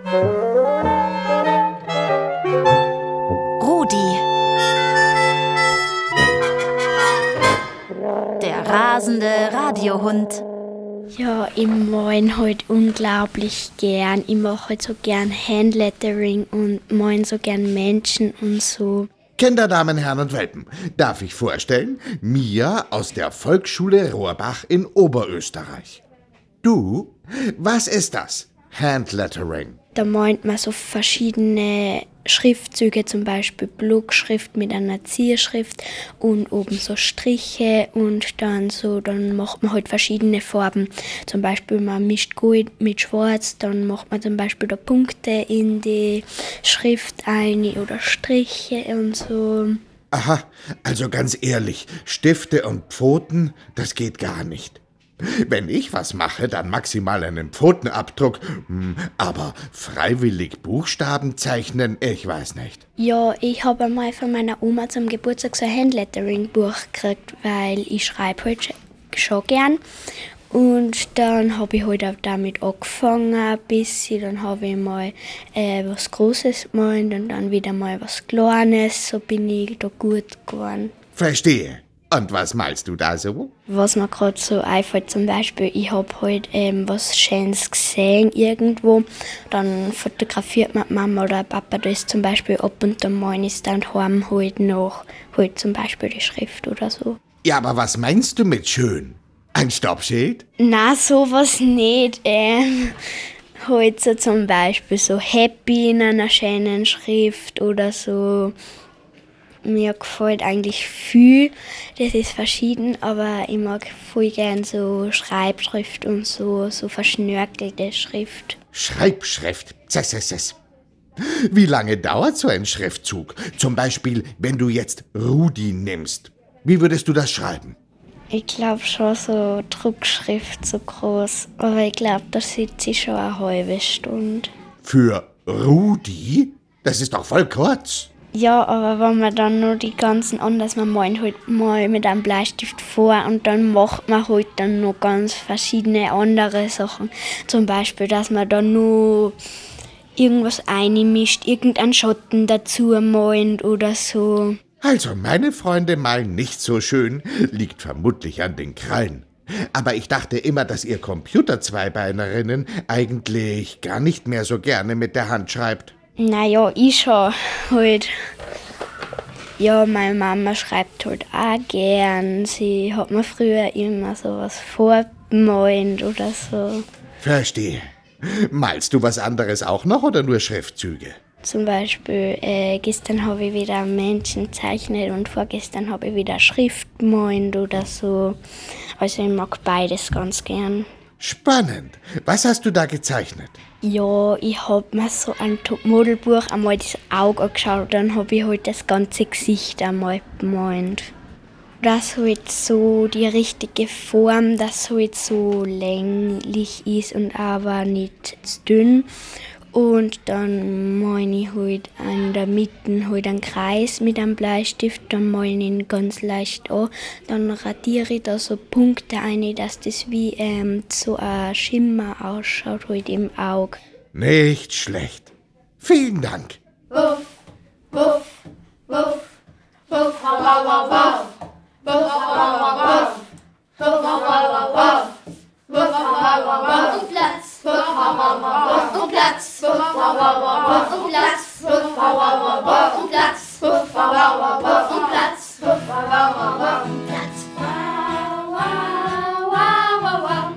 Rudi. Der rasende Radiohund. Ja, ich male halt unglaublich gern. Ich mache halt so gern Handlettering und male so gern Menschen und so. Kinderdamen, Herren und Welpen, darf ich vorstellen, Mia aus der Volksschule Rohrbach in Oberösterreich. Du, was ist das? Handlettering. Da malt man so verschiedene Schriftzüge, zum Beispiel Blockschrift mit einer Zierschrift und oben so Striche und dann macht man halt verschiedene Farben. Zum Beispiel man mischt Gold mit Schwarz, dann macht man zum Beispiel da Punkte in die Schrift ein oder Striche und so. Aha, also ganz ehrlich, Stifte und Pfoten, das geht gar nicht. Wenn ich was mache, dann maximal einen Pfotenabdruck, aber freiwillig Buchstaben zeichnen, ich weiß nicht. Ja, ich habe einmal von meiner Oma zum Geburtstag so ein Handlettering-Buch gekriegt, weil ich schreibe halt schon gern. Und dann habe ich halt auch damit angefangen ein bisschen, dann habe ich mal was Großes gemalt und dann wieder mal was Kleines, so bin ich da gut geworden. Verstehe. Und was malst du da so? Was mir gerade so einfällt, zum Beispiel, ich habe halt was Schönes gesehen irgendwo, dann fotografiert mir die Mama oder Papa das zum Beispiel ab und dann male ich es dann heim halt nach, halt zum Beispiel die Schrift oder so. Ja, aber was meinst du mit schön? Ein Stoppschild? Na, sowas nicht. Halt so zum Beispiel so Happy in einer schönen Schrift oder so. Mir gefällt eigentlich viel, das ist verschieden, aber ich mag voll gern so Schreibschrift und so verschnörkelte Schrift. Schreibschrift. Wie lange dauert so ein Schriftzug? Zum Beispiel, wenn du jetzt Rudi nimmst. Wie würdest du das schreiben? Ich glaube schon so Druckschrift so groß, aber ich glaube, da sitze ich schon eine halbe Stunde. Für Rudi? Das ist doch voll kurz. Ja, aber wenn man dann noch die ganzen anders, man malt halt mal mit einem Bleistift vor und dann macht man halt dann noch ganz verschiedene andere Sachen. Zum Beispiel, dass man dann noch irgendwas einmischt, irgendeinen Schatten dazu malt oder so. Also, meine Freunde malen nicht so schön, liegt vermutlich an den Krallen. Aber ich dachte immer, dass ihr Computerzweibeinerinnen eigentlich gar nicht mehr so gerne mit der Hand schreibt. Naja, ich schon halt. Ja, meine Mama schreibt halt auch gern. Sie hat mir früher immer so was vorgemalt oder so. Verstehe. Malst du was anderes auch noch oder nur Schriftzüge? Zum Beispiel, gestern habe ich wieder Menschen gezeichnet und vorgestern habe ich wieder Schrift gemalt oder so. Also ich mag beides ganz gern. Spannend. Was hast du da gezeichnet? Ja, ich habe mir so ein Topmodelbuch einmal das Auge angeschaut, dann habe ich halt das ganze Gesicht einmal gemalt. Dass halt so die richtige Form, dass halt so länglich ist und aber nicht zu dünn. Und dann male ich halt in der Mitte halt einen Kreis mit einem Bleistift, dann male ich ihn ganz leicht an. Dann radiere ich da so Punkte ein, dass das wie so ein Schimmer ausschaut halt im Auge. Nicht schlecht. Vielen Dank. Wuff, wuff, wuff, wuff, wow, wow, wow, wow. Wuff, wow, wow, wow. Wuff, wow, wow, wow. Wuff, wow, wow, wow. Und Platz. Wuff, wow, wow, wow. Und Platz. Wuff, wow, wow, wow. Und Platz. Wuff, wow, wow, wow. Und Platz. Wuff, wow, wow, wow. Und Platz. Wuff, wow, wow, wow. Und Platz. Wow, wow, wow, wow, wow.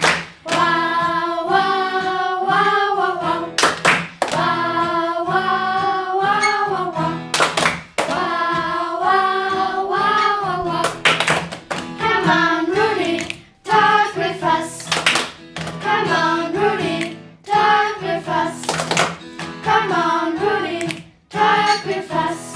Wow, wow, wow, wow, wow. Wow, wow, wow, wow, wow. Wow, wow, wow, wow, wow. Come on, Rudy, talk with us. Come on, Rudy, talk with us. Come on, Rudy, talk with us.